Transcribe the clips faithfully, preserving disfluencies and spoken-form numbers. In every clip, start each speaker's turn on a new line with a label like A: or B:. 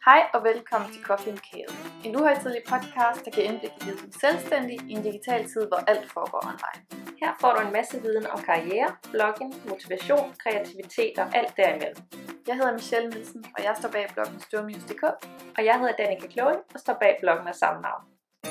A: Hej og velkommen til Coffee and Kale, en uhøjtidelig podcast, der giver indblik i livet som selvstændig i en digital tid, hvor alt foregår online.
B: Her får du en masse viden om karriere, blogging, motivation, kreativitet og alt derimellem.
A: Jeg hedder Michelle Nielsen, og jeg står bag bloggen Stormuse punktum d k.
B: Og jeg hedder Danika Kloe og står bag bloggen af samme navn.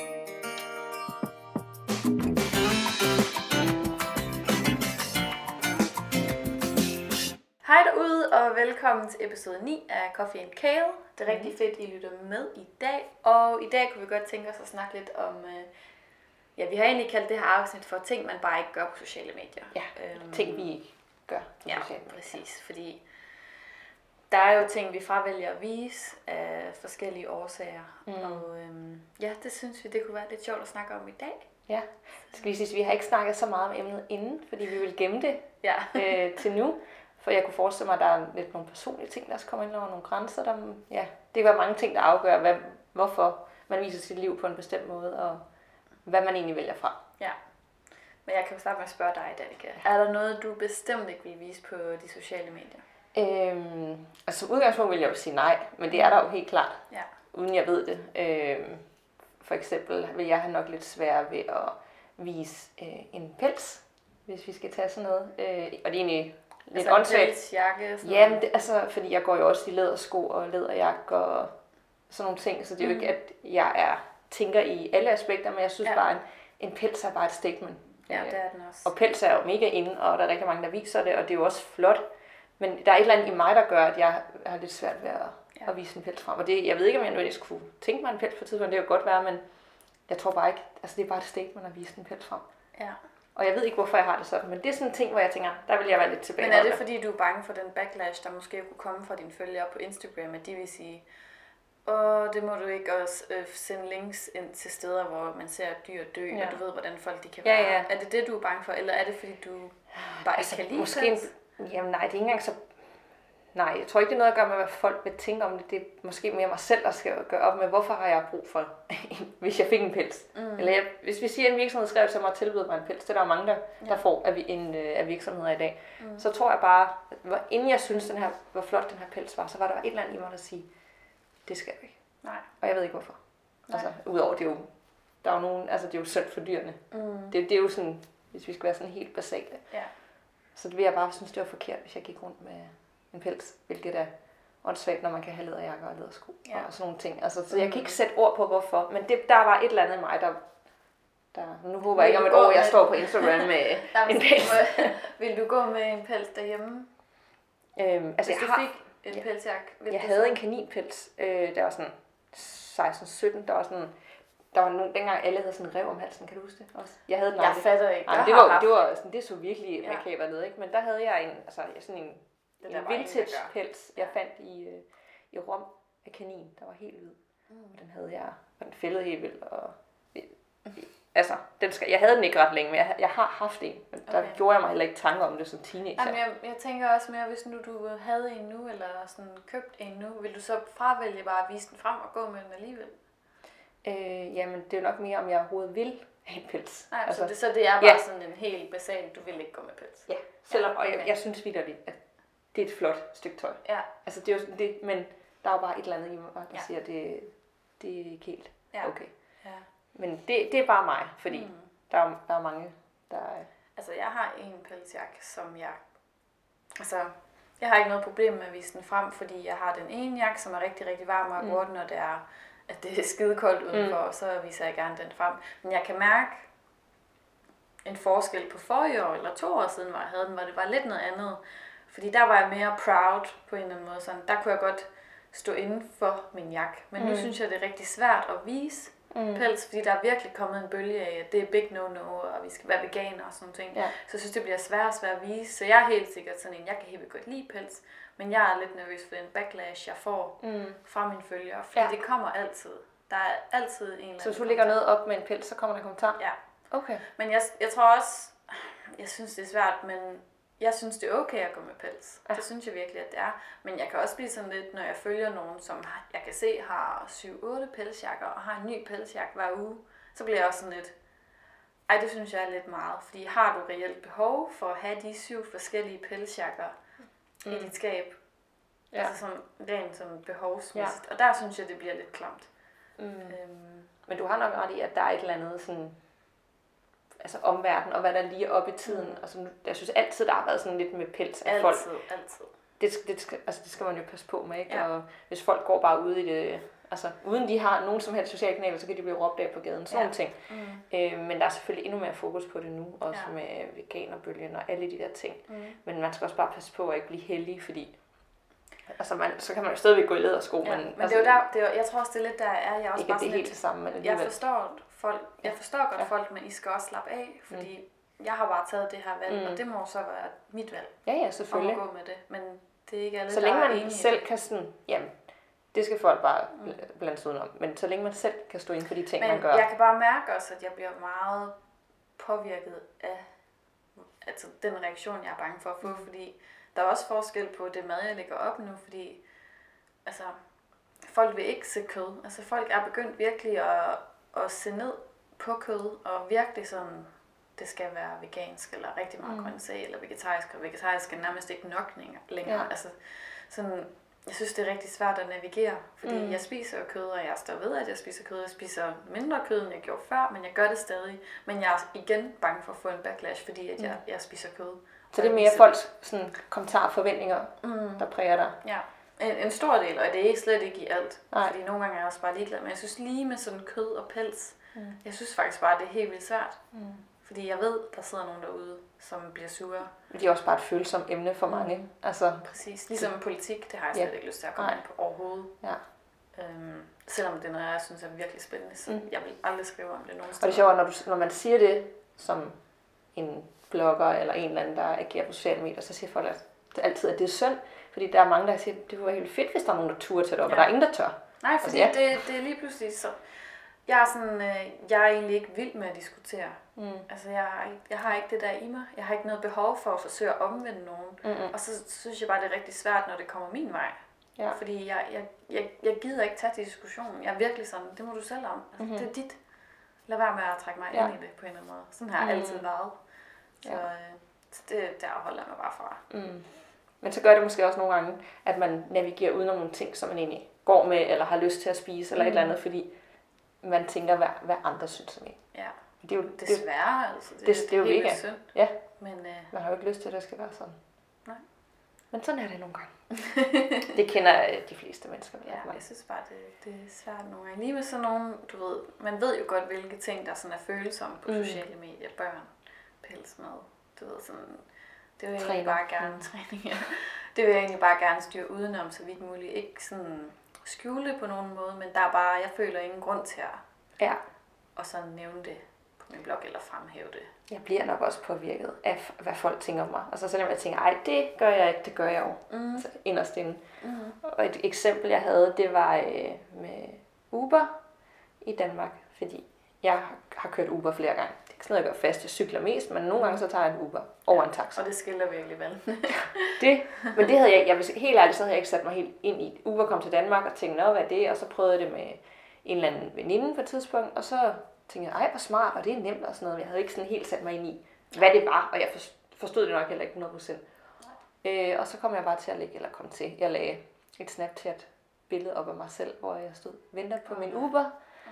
A: Hej derude, og velkommen til episode ni af Coffee and Kale. Det er rigtig fedt, I lytter med i dag. Og i dag kunne vi godt tænke os at snakke lidt om... Øh, ja, vi har egentlig kaldt det her afsnit for ting, man bare ikke gør på sociale medier.
B: Ja, øhm, ting vi ikke gør på
A: ja,
B: sociale medier.
A: præcis. Fordi der er jo ting, vi fravælger at vise af forskellige årsager. Mm. Og øhm, ja, det synes vi, det kunne være lidt sjovt at snakke om i dag.
B: Ja, det skal vi sige, vi har ikke snakket så meget om emnet inden, fordi vi vil gemme det
A: ja.
B: øh, til nu. For jeg kunne forestille mig, at der er lidt nogle personlige ting, der skal komme ind over nogle grænser. Der, ja, det kan være mange ting, der afgør, hvad, hvorfor man viser sit liv på en bestemt måde, og hvad man egentlig vælger fra.
A: Ja, men jeg kan starte med at spørge dig, Danika. Er der noget, du bestemt ikke vil vise på de sociale medier?
B: Øhm, altså som udgangspunkt vil jeg jo sige nej, men det er der jo helt klart,
A: ja.
B: uden jeg ved det. Øhm, for eksempel vil jeg have nok lidt sværere ved at vise øh, en pels, hvis vi skal tage sådan noget. Øh, og det er egentlig... lidt
A: altså en pelsjakke?
B: Jamen, det, altså, fordi jeg går jo også i lædersko og læderjakke og sådan nogle ting, så det er jo mm. ikke, at jeg er tænker i alle aspekter, men jeg synes ja. bare, en, en pels er bare et statement.
A: Ja, det er den også.
B: Og pels er jo mega inde, og der er rigtig mange, der viser det, og det er jo også flot. Men der er et eller andet i mig, der gør, at jeg har lidt svært ved at, ja. at vise en pels frem. Og det, jeg ved ikke, om jeg nødvendigvis skulle tænke mig en pels på tidspunkt, det kan jo godt være, men jeg tror bare ikke, altså det er bare et statement at vise en pels frem.
A: Ja.
B: Og jeg ved ikke, hvorfor jeg har det sådan, men det er sådan en ting, hvor jeg tænker, der vil jeg være lidt tilbage.
A: Men er det, fordi du er bange for den backlash, der måske kunne komme fra dine følgere på Instagram, at de vil sige, åh, det må du ikke også øh, sende links ind til steder, hvor man ser dyr dø, ja. og du ved, hvordan folk de kan
B: ja,
A: være.
B: Ja.
A: Er det det, du er bange for, eller er det, fordi du bare
B: altså,
A: ikke kan lide
B: måske en, jamen nej, det er ikke engang så... Nej, jeg tror ikke, det er noget at gøre med, hvad folk vil tænke om det. Det er måske mere mig selv, der skal gøre op med, hvorfor har jeg brug for, hvis jeg fik en pels. Mm. Eller jeg, hvis vi siger, at en virksomhed skrev til mig og tilbyder mig en pels, det er der jo mange, der, ja. der får af, en, af virksomheder i dag. Mm. Så tror jeg bare, at inden jeg synes, den her, hvor flot den her pels var, så var der et eller andet i mig, der sige, det skal jeg ikke.
A: Nej. Og
B: jeg ved ikke, hvorfor. Nej. Altså, udover det er jo, der er jo nogen, altså det er jo synd for dyrene. Mm. Det, det er jo sådan, hvis vi skal være sådan helt basale.
A: Ja.
B: Så det vil jeg bare synes, det var forkert, hvis jeg gik rundt med en pels, hvilket er åndssvagt, når man kan have læderjakker og lædersko ja. og sådan nogle ting. Altså, så jeg kan ikke sætte ord på, hvorfor, men det, der var et eller andet i mig, der... der nu håber jeg ikke om et år, jeg står på Instagram med en pels.
A: Vil du gå med en pels derhjemme?
B: Øhm, altså,
A: Hvis
B: jeg
A: du
B: har,
A: fik en pelsjakke?
B: Jeg havde en kaninpels, øh, der var sådan seksten sytten, der var sådan... Der var nogle, dengang alle havde sådan en rev om halsen, kan du huske det også? Jeg havde den
A: Jeg fatter ikke.
B: Nej, det var, det var sådan, det så virkelig ja. makaber ned, ikke? Men der havde jeg en, altså sådan en, en vintage pels, jeg fandt i, øh, i Rom af kanin, der var helt hvid. Mm. Og den havde jeg, og den fældede helt vildt, og øh, altså, den skal, jeg havde den ikke ret længe, men jeg, jeg har haft en, men der okay. gjorde jeg mig heller ikke tanker om det som teenager.
A: Jamen, jeg, jeg tænker også mere, hvis nu du havde en nu, eller sådan købt en nu, vil du så fravælge bare at vise den frem og gå med den alligevel?
B: Øh, jamen, det er jo nok mere, om jeg overhovedet vil have en pels.
A: Nej, altså, så, det, så det er bare ja. sådan en helt basal, du vil ikke gå med pels?
B: Ja, selvom, ja, okay. og jeg, jeg synes vitterligt, at det er et flot stykke tøj.
A: Ja.
B: Altså, det er jo det, men der er jo bare et eller andet i mig, der ja. siger, at det, det er ikke helt
A: ja.
B: okay.
A: Ja.
B: Men det, det er bare mig, fordi mm. der, er, der er mange, der er...
A: Altså, jeg har en pelsjakke, som jeg... Altså, jeg har ikke noget problem med at vise den frem, fordi jeg har den ene jakke, som er rigtig, rigtig varm, og jeg bruger den, når det er... at det er skide koldt udenfor, mm. så viser jeg gerne den frem. Men jeg kan mærke en forskel på forrige år, eller to år siden, hvor jeg havde den, hvor det var lidt noget andet. Fordi der var jeg mere proud på en eller anden måde. Sådan, der kunne jeg godt stå inden for min jakke. Men mm. nu synes jeg, det er rigtig svært at vise mm. pels, fordi der er virkelig kommet en bølge af, at det er big no-no, og vi skal være veganer og sådan noget ting. Ja. Så jeg synes, det bliver svært og svært at vise. Så jeg er helt sikkert sådan en, jeg kan helt godt lide pels, men jeg er lidt nervøs for den backlash, jeg får mm. fra mine følgere, fordi ja. det kommer altid. Der er altid en eller anden. Så
B: hvis du lægger noget op med en pels, så kommer der en kommentar?
A: Ja.
B: Okay.
A: Men jeg, jeg tror også, jeg synes det er svært, men jeg synes det er okay at gå med pels. Ja. Det synes jeg virkelig, at det er. Men jeg kan også blive sådan lidt, når jeg følger nogen, som jeg kan se har syv otte pelsjakker, og har en ny pelsjakke hver uge, så bliver jeg også sådan lidt, ej, det synes jeg er lidt meget. Fordi har du reelt behov for at have de syv forskellige pelsjakker mm. i dit skab? Ja. Altså sådan rent sådan behovsmæssigt. Ja. Og der synes jeg, det bliver lidt klamt.
B: Mm. Øhm. Men du har nok ret i, at der er et eller andet sådan, altså omverden, og hvad der lige er oppe i tiden. Mm. Altså, jeg synes altid, der har været sådan lidt med pels af
A: altid,
B: folk.
A: Altid, altid.
B: Det, det, skal, altså, det skal man jo passe på med, ikke?
A: Ja.
B: Og hvis folk går bare ude i det, altså uden de har nogen som helst sociale kanaler, så kan de blive råbt af på gaden, sådan ja. nogle ting. Mm. Øh, men der er selvfølgelig endnu mere fokus på det nu, også ja. med veganerbølgen og alle de der ting. Mm. Men man skal også bare passe på at ikke blive heldig, fordi altså man, så kan man jo stadigvæk gå i lædersko.
A: Ja,
B: men
A: men
B: altså,
A: det er jo der, det er, jeg tror også, det er lidt der er, jeg er også
B: ikke
A: bare
B: det
A: sådan
B: helt det samme, men
A: jeg forstår folk, jeg forstår godt
B: ja.
A: folk, men I skal også slappe af, fordi mm. jeg har bare taget det her valg, mm. og det må så være mit valg.
B: Ja, ja, selvfølgelig.
A: At gå med det, men det er ikke alle,
B: så længe man selv kan sådan, jamen, det skal folk bare mm. blande sig udenom, men så længe man selv kan stå ind for de ting,
A: men
B: man gør.
A: Jeg kan bare mærke også, at jeg bliver meget påvirket af altså den reaktion, jeg er bange for at få, mm. fordi der er også forskel på det mad, jeg lægger op nu, fordi altså, folk vil ikke se kød. Altså folk er begyndt virkelig at, at se ned på kød, og virkelig sådan, det skal være vegansk, eller rigtig meget mm. grøntsag, eller vegetarisk, og vegetarisk er nærmest ikke nok længere. Ja. Altså, sådan, jeg synes, det er rigtig svært at navigere, fordi mm. jeg spiser jo kød, og jeg står ved, at jeg spiser kød. Jeg spiser mindre kød, end jeg gjorde før, men jeg gør det stadig. Men jeg er igen bange for at få en backlash, fordi at jeg, jeg spiser kød.
B: Så det er mere folks sådan, kommentarer og forventninger, mm. der præger dig?
A: Ja, en, en stor del, og det er slet ikke i alt. Nej. Fordi nogle gange er jeg også bare ligeglad. Men jeg synes lige med sådan kød og pels, mm. jeg synes faktisk bare, det er helt vildt svært. Mm. Fordi jeg ved, der sidder nogen derude, som bliver sure.
B: Det er også bare et følsomt emne for mange. Mm. Altså,
A: præcis. Ligesom politik, det har jeg slet ja. ikke lyst til at komme ind på overhovedet. Ja. Øhm, selvom det er noget, jeg synes er virkelig spændende, så mm. jeg vil aldrig skrive om det nogen steder.
B: Og det er sjovt, når, du, når man siger det som en blogger eller en eller anden, der agerer på sociale medier, så siger folk at det altid, at det er synd. Fordi der er mange, der siger, at det var helt fedt, hvis der er nogen, der turde tage det op, ja. og der er ingen, der tør.
A: Nej, fordi altså, ja. det, det er lige pludselig så... Jeg er sådan, øh, jeg er egentlig ikke vild med at diskutere. Mm. Altså, jeg har, ikke, jeg har ikke det der i mig. Jeg har ikke noget behov for at forsøge at omvende nogen. Mm-hmm. Og så synes jeg bare, det er rigtig svært, når det kommer min vej. Ja. Fordi jeg, jeg, jeg, jeg gider ikke tage diskussionen. Jeg er virkelig sådan, det må du selv om. Altså, mm-hmm. Det er dit. Lad være med at trække mig ja. ind i det på en eller anden måde. Sådan har jeg mm-hmm. altid været. Så, ja. øh, så det, der holder jeg mig bare fra. Mm.
B: Men så gør det måske også nogle gange, at man navigerer udenom nogle ting, som man egentlig går med, eller har lyst til at spise, eller mm. et eller andet, fordi man tænker, hvad, hvad andre synes om en.
A: Ja,
B: det er jo,
A: desværre, det, altså. Det,
B: det, det, det er jo
A: helt
B: mega
A: synd.
B: Ja,
A: men, øh...
B: man har jo ikke lyst til, at det skal være sådan.
A: Nej.
B: Men sådan er det nogle gange. Det kender de fleste mennesker.
A: Ja, jeg synes bare, det, det er svært nogle gange. Lige med sådan nogle, du ved, man ved jo godt, hvilke ting, der sådan er følsomme på mm. sociale medier. Børn, pelsmad, du ved sådan... Det vil jeg egentlig bare gerne, mm. træning, ja. Det vil jeg egentlig bare gerne styre udenom, så vidt muligt. Ikke sådan skjule det på nogen måde, men der er bare, jeg føler ingen grund til at
B: ja.
A: og så nævne det på min blog, eller fremhæve det.
B: Jeg bliver nok også påvirket af, hvad folk tænker om mig. Og så selvom jeg tænker, ej, det gør jeg ikke, det gør jeg jo. Mm. Så inderst inde. Mm. Og et eksempel, jeg havde, det var øh, med Uber i Danmark, fordi jeg har kørt Uber flere gange. Det er ikke sådan noget, jeg gør fast. Jeg cykler mest, men nogle gange så tager jeg en Uber over ja, en taxa.
A: Og det skiller virkelig vel.
B: det, men det havde jeg, jeg vil helt ærligt, så havde jeg ikke sat mig helt ind i. Uber kom til Danmark og tænkte, nå, hvad er det? Og så prøvede jeg det med en eller anden veninde på et tidspunkt, og så tænkte jeg, ej, hvor smart, og det er nemt og sådan noget. Jeg havde ikke sådan helt sat mig ind i, hvad det var, og jeg forstod det nok heller ikke hundrede procent. Øh, og så kom jeg bare til at lægge, eller kom til, jeg lagde et Snapchat-billede op af mig selv, hvor jeg stod venter på oh, min Uber.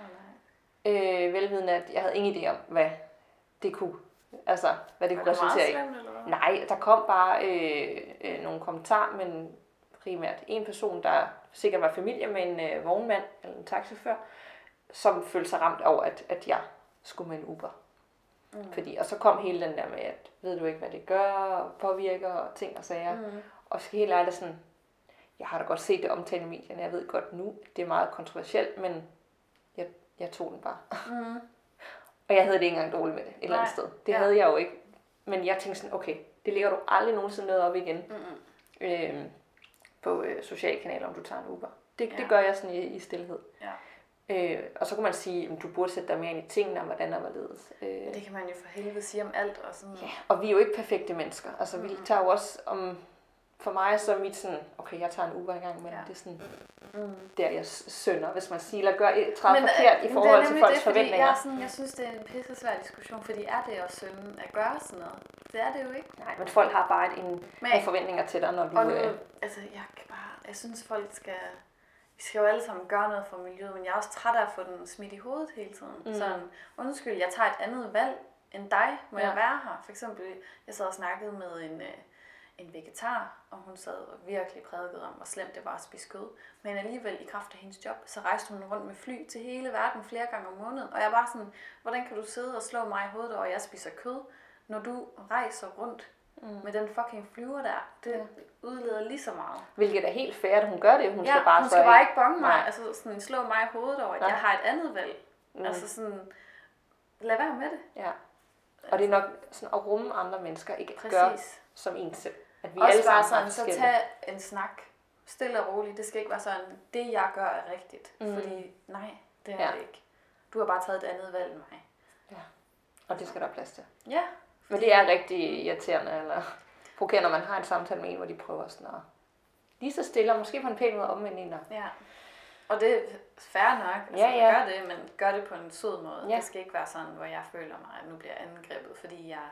B: Oh, øh, velvidende, at jeg havde ingen idé om, hvad det kunne, altså, hvad det kunne resultere i. Nej, der kom bare øh, øh, nogle kommentarer, men primært en person, der sikkert var familie med en øh, vognmand, eller en taxichauffør, som følte sig ramt over, at, at jeg skulle med en Uber. Mm. Fordi, og så kom hele den der med, at ved du ikke, hvad det gør, og påvirker, og ting og sager. Mm. Og så helt ærligt sådan, jeg har da godt set det omtale i medierne, jeg ved godt nu, det er meget kontroversielt, men jeg, jeg tog den bare. Mm. Og jeg havde det ikke engang dårligt med det, et Nej. eller andet sted. Det ja. havde jeg jo ikke. Men jeg tænkte sådan, okay, det ligger du aldrig nogensinde noget op igen. Mm. Øh, på øh, sociale kanaler, om du tager en Uber. Det, ja. det gør jeg sådan i, i stillhed. Ja. Øh, og så kunne man sige, at du burde sætte dig mere ind i tingene, om hvordan og hvorledes. Øh,
A: ja, det kan man jo for helvede sige om alt. Og sådan.
B: Ja, og vi er jo ikke perfekte mennesker. Altså, mm. vi tager jo også om... For mig så er mit sådan, okay, jeg tager en Uber engang, men ja. det er sådan, mm. der jeg synder, hvis man siger, eller gør træder forkert i forhold til folks det, forventninger.
A: Jeg, sådan, jeg synes, det er en pissesvær diskussion, fordi er det også synd at gøre sådan noget? Det er det jo ikke.
B: Nej, men folk har bare en, men, en forventninger til dig, når du...
A: Og nu, altså, jeg kan bare... jeg synes folk skal, vi skal jo alle sammen gøre noget for miljøet, men jeg er også træt af at få den smidt i hovedet hele tiden. Mm. Sådan, undskyld, jeg tager et andet valg end dig, må ja. jeg være her? For eksempel, jeg sad og snakkede med en, en vegetar, og hun sad og virkelig prædikede om, hvor slemt det var at spise kød. Men alligevel, i kraft af hendes job, så rejste hun rundt med fly til hele verden flere gange om måneden. Og jeg var sådan, hvordan kan du sidde og slå mig i hovedet over, at jeg spiser kød, når du rejser rundt mm. med den fucking flyver der? Det ja. udleder lige så meget.
B: Hvilket er helt fair, at hun gør det. Hun
A: ja,
B: skal bare,
A: hun skal bare ikke bonge mig.
B: Nej.
A: Altså sådan, slå mig i hovedet over, at Nej. jeg har et andet valg. Mm. Altså sådan, lad være med det.
B: Ja. Og det er nok sådan at rumme andre mennesker, ikke
A: Præcis.
B: gør som en selv. At vi
A: også
B: alle
A: bare
B: sammen
A: sådan, så tag en snak, stille og roligt. Det skal ikke være sådan, det jeg gør er rigtigt. Mm. Fordi nej, det er ja. det ikke. Du har bare taget et andet valg end mig.
B: Ja, og det skal der plads til.
A: Ja.
B: Men det er rigtig irriterende, eller provokerende, når man har en samtale med en, hvor de prøver sådan at lige så stille, og måske på en pæn måde omvendt en.
A: Ja. Og det er fair nok, altså ja, ja. gør det, men gør det på en sød måde. Ja. Det skal ikke være sådan, hvor jeg føler mig, at nu bliver angrebet, fordi jeg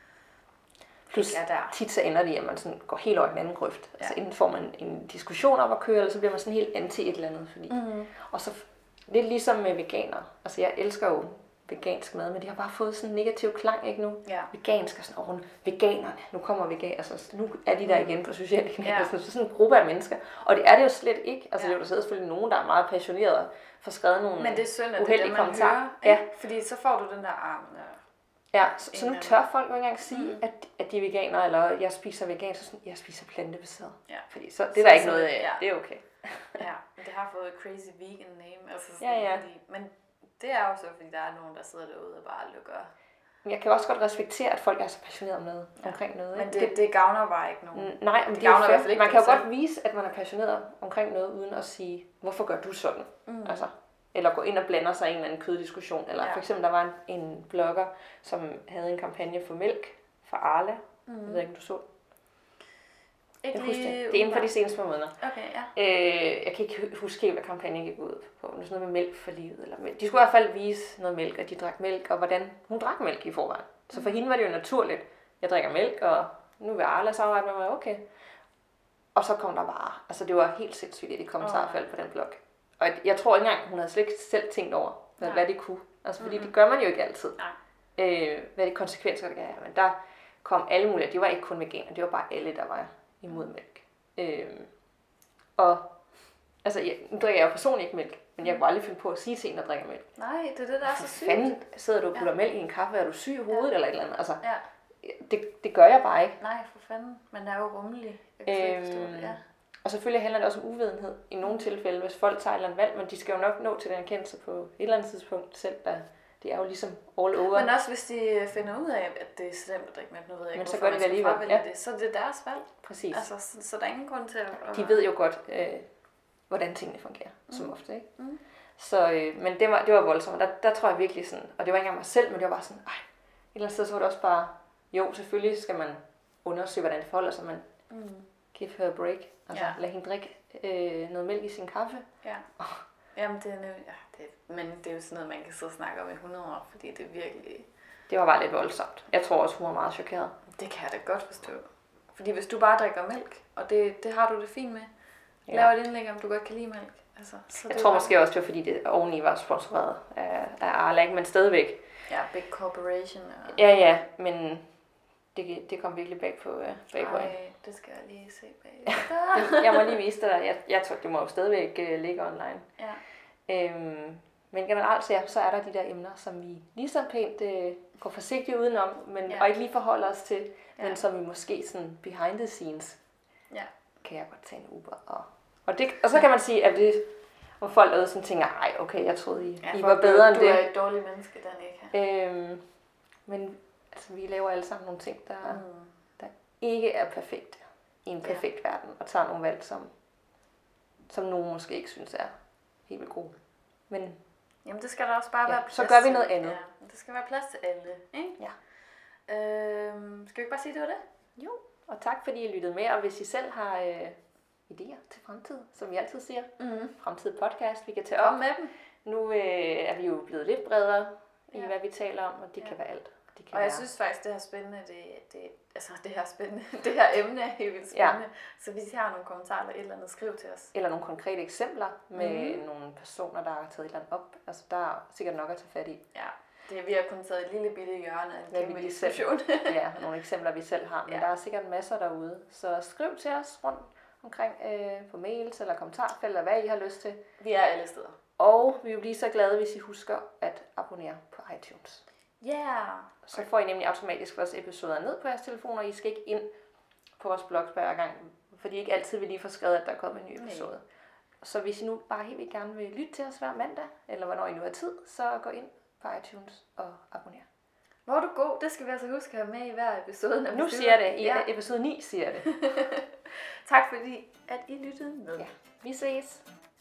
B: Plus
A: er der.
B: Tit så ender det i, at man sådan går helt over i den anden grøft. Ja. Altså enten får man en diskussion op at køre, eller så bliver man sådan helt anti et eller andet. Fordi. Mm-hmm. Og så det er ligesom med veganer. Altså jeg elsker jo vegansk mad, men de har bare fået sådan en negativ klang, ikke nu?
A: Ja.
B: Vegansk er sådan, åh, veganerne, nu kommer vegan, altså nu er de der igen på sociale kanaler, ja. altså sådan en gruppe af mennesker. Og det er det jo slet ikke. Altså ja. det er jo der sidder selvfølgelig nogen, der er meget passionerede for skrevet nogle
A: men det er synd, at
B: uheldige
A: det er det, man
B: kommentarer.
A: Hører, ja. Fordi så får du den der arm.
B: Ja, så, så nu tør folk jo ikke engang sige, mm. at, at de er veganer, eller jeg spiser vegan, så sådan, jeg spiser plantebaseret.
A: Ja.
B: Fordi så, det er der ikke noget af,
A: ja.
B: det er okay.
A: Ja, men det har fået crazy vegan name, altså sådan,
B: ja, ja.
A: Fordi, men det er jo så, fordi der er nogen, der sidder derude og bare lukker.
B: Jeg kan også godt respektere, at folk er så passionerede om noget, ja. omkring noget.
A: Men det, det, det gavner bare ikke nogen.
B: Mm, nej, men det, det
A: gavner
B: er
A: i hvert fald ikke.
B: Man kan jo godt vise, at man er passioneret omkring noget, uden at sige, hvorfor gør du sådan? Mm. Altså, eller gå ind og blander sig i en eller anden køddiskussion. Eller ja. for eksempel, der var en, en blogger, som havde en kampagne for mælk fra Arla. Mm. Jeg ved ikke, om du så
A: ikke
B: jeg lige det. Det er inden for de seneste måneder.
A: Okay, ja.
B: Øh, jeg kan ikke huske helt, hvad kampagnen gik ud på. Noget sådan noget med mælk for livet. Eller mælk. De skulle i hvert fald vise noget mælk, at de drak mælk, og hvordan hun drak mælk i forvejen. Så for mm. hende var det jo naturligt. Jeg drikker mælk, og nu vil Arla samarbejde med mig. Okay. Og så kom der bare. Altså det var helt sindssygt, at de kommentarfald oh. på den blog. Og jeg tror ikke engang, hun havde slet ikke selv tænkt over, hvad, hvad det kunne. Altså fordi mm-hmm. det gør man jo ikke altid. Øh, hvad det konsekvenser det kan have. Men der kom alle mulige. Det var ikke kun veganer, det var bare alle, der var imod mælk. Øh, og altså, jeg, nu drikker jeg jo personligt ikke mælk, men jeg kunne aldrig finde på at sige til en, der drikker mælk.
A: Nej, det er det, der er så sygt.
B: Fanden sidder du og putter ja. mælk i en kaffe, er du syg i hovedet ja. eller et eller andet? Altså,
A: ja.
B: det, det gør jeg bare ikke.
A: Nej, for fanden. Men der er jo rummelig.
B: Øhm, ja. Og selvfølgelig handler det også om uvidenhed i nogle tilfælde, hvis folk tager et eller andet valg, men de skal jo nok nå til den erkendelse på et eller andet tidspunkt selv, der det er jo ligesom all over.
A: Men også hvis de finder ud af, at det er slemt at drikke mælk, nu ved jeg ikke,
B: men så gør de det alligevel.
A: Ja. Det, så er det deres valg.
B: Præcis.
A: Altså, så, så der er ingen grund til at...
B: De ved jo godt, øh, hvordan tingene fungerer, mm. som ofte, ikke?
A: Mm.
B: Så, øh, men det var, det var voldsomt, der, der tror jeg virkelig sådan, og det var ikke engang mig selv, men det var bare sådan, ej, et eller andet sted, så var det også bare, jo, selvfølgelig skal man undersøge, hvordan det forholder sig, men mm. give her a break. Altså, ja. lad hende drikke øh, noget mælk i sin kaffe.
A: Ja. Oh. Jamen, det er, ja, det, men det er jo sådan noget, man kan sidde og snakke om i hundrede år, fordi det er virkelig...
B: Det var bare lidt voldsomt. Jeg tror også, hun var meget chokeret.
A: Det kan jeg da godt forstå. Fordi hvis du bare drikker mælk, og det, det har du det fint med, ja. laver et indlæg, om du godt kan lide mælk. Altså, så
B: jeg
A: det
B: tror
A: bare...
B: måske også, det var fordi det oveni var sponsoreret af, af Arla, men stadigvæk.
A: Ja, big corporation. Og...
B: Ja, ja, men det, det kom virkelig bag på, bag på
A: Ej, det skal jeg lige se bag.
B: Jeg må lige vise dig, jeg, jeg tror, det må jo stadigvæk uh, ligge online.
A: Ja.
B: Øhm, men generelt ja, så er der de der emner, som vi lige så pænt øh, går forsigtigt udenom, men, ja. og ikke lige forholder os til, ja. men som vi måske sådan behind the scenes,
A: ja.
B: kan jeg godt tage en Uber. Og, og, det, og så kan man sige, at det, hvor folk derude sådan tænker, ej okay, jeg troede I,
A: ja,
B: I var bedre
A: du,
B: end
A: du
B: det.
A: Du er et dårligt menneske, Danika.
B: Øhm, men altså, vi laver alle sammen nogle ting, der,
A: mm.
B: der ikke er perfekte i en perfekt ja. verden, og tager nogle valg, som, som nogen måske ikke synes er helt vildt gode. Men
A: jamen, det skal der også bare
B: ja,
A: være plads
B: til. Så gør vi noget andet.
A: Ja, det skal være plads til alle, ikke?
B: Ja.
A: Øhm, skal vi ikke bare sige, det var det?
B: Jo, og tak fordi I lyttede med, og hvis I selv har øh, idéer til fremtid, som vi altid siger, mm-hmm. fremtidig podcast, vi kan tage
A: Kom
B: op.
A: med dem.
B: Nu øh, er vi jo blevet lidt bredere i, ja. hvad vi taler om, og det
A: ja.
B: kan være alt de kan
A: Og jeg
B: være.
A: synes faktisk, det her spændende, det, det, altså det her spændende, det her emne er helt vildt spændende. Ja. Så hvis I har nogle kommentarer eller et eller andet, skriv til os.
B: Eller nogle konkrete eksempler med
A: Mhm.
B: nogle personer, der har taget et eller andet op. Altså der er sikkert nok at tage fat i.
A: Ja, det, vi har kun taget et lille bitte hjørne af en
B: Hvad vi
A: kæmpe
B: lige selv-
A: diskussion.
B: Ja, nogle eksempler, vi selv har. Men
A: Ja.
B: der er sikkert masser derude. Så skriv til os rundt omkring øh, på mails eller kommentarfelt, eller hvad I har lyst til.
A: Vi er alle steder.
B: Og vi vil blive så glade, hvis I husker at abonnere på iTunes.
A: Ja. Yeah.
B: Så får I nemlig automatisk vores episoder ned på jeres telefoner, og I skal ikke ind på vores blog hver gang, fordi I ikke altid vil lige få skrevet, at der er kommet en ny episode. Nej. Så hvis I nu bare helt vildt gerne vil lytte til os hver mandag, eller hvornår I nu har tid, så gå ind på iTunes og abonner.
A: Hvor er du god, det skal vi altså huske at have med i hver episode. Når vi
B: Nu
A: slutter.
B: siger jeg det, i
A: Ja.
B: episode ni siger jeg det.
A: Tak fordi, at I lyttede med.
B: Ja. Vi ses!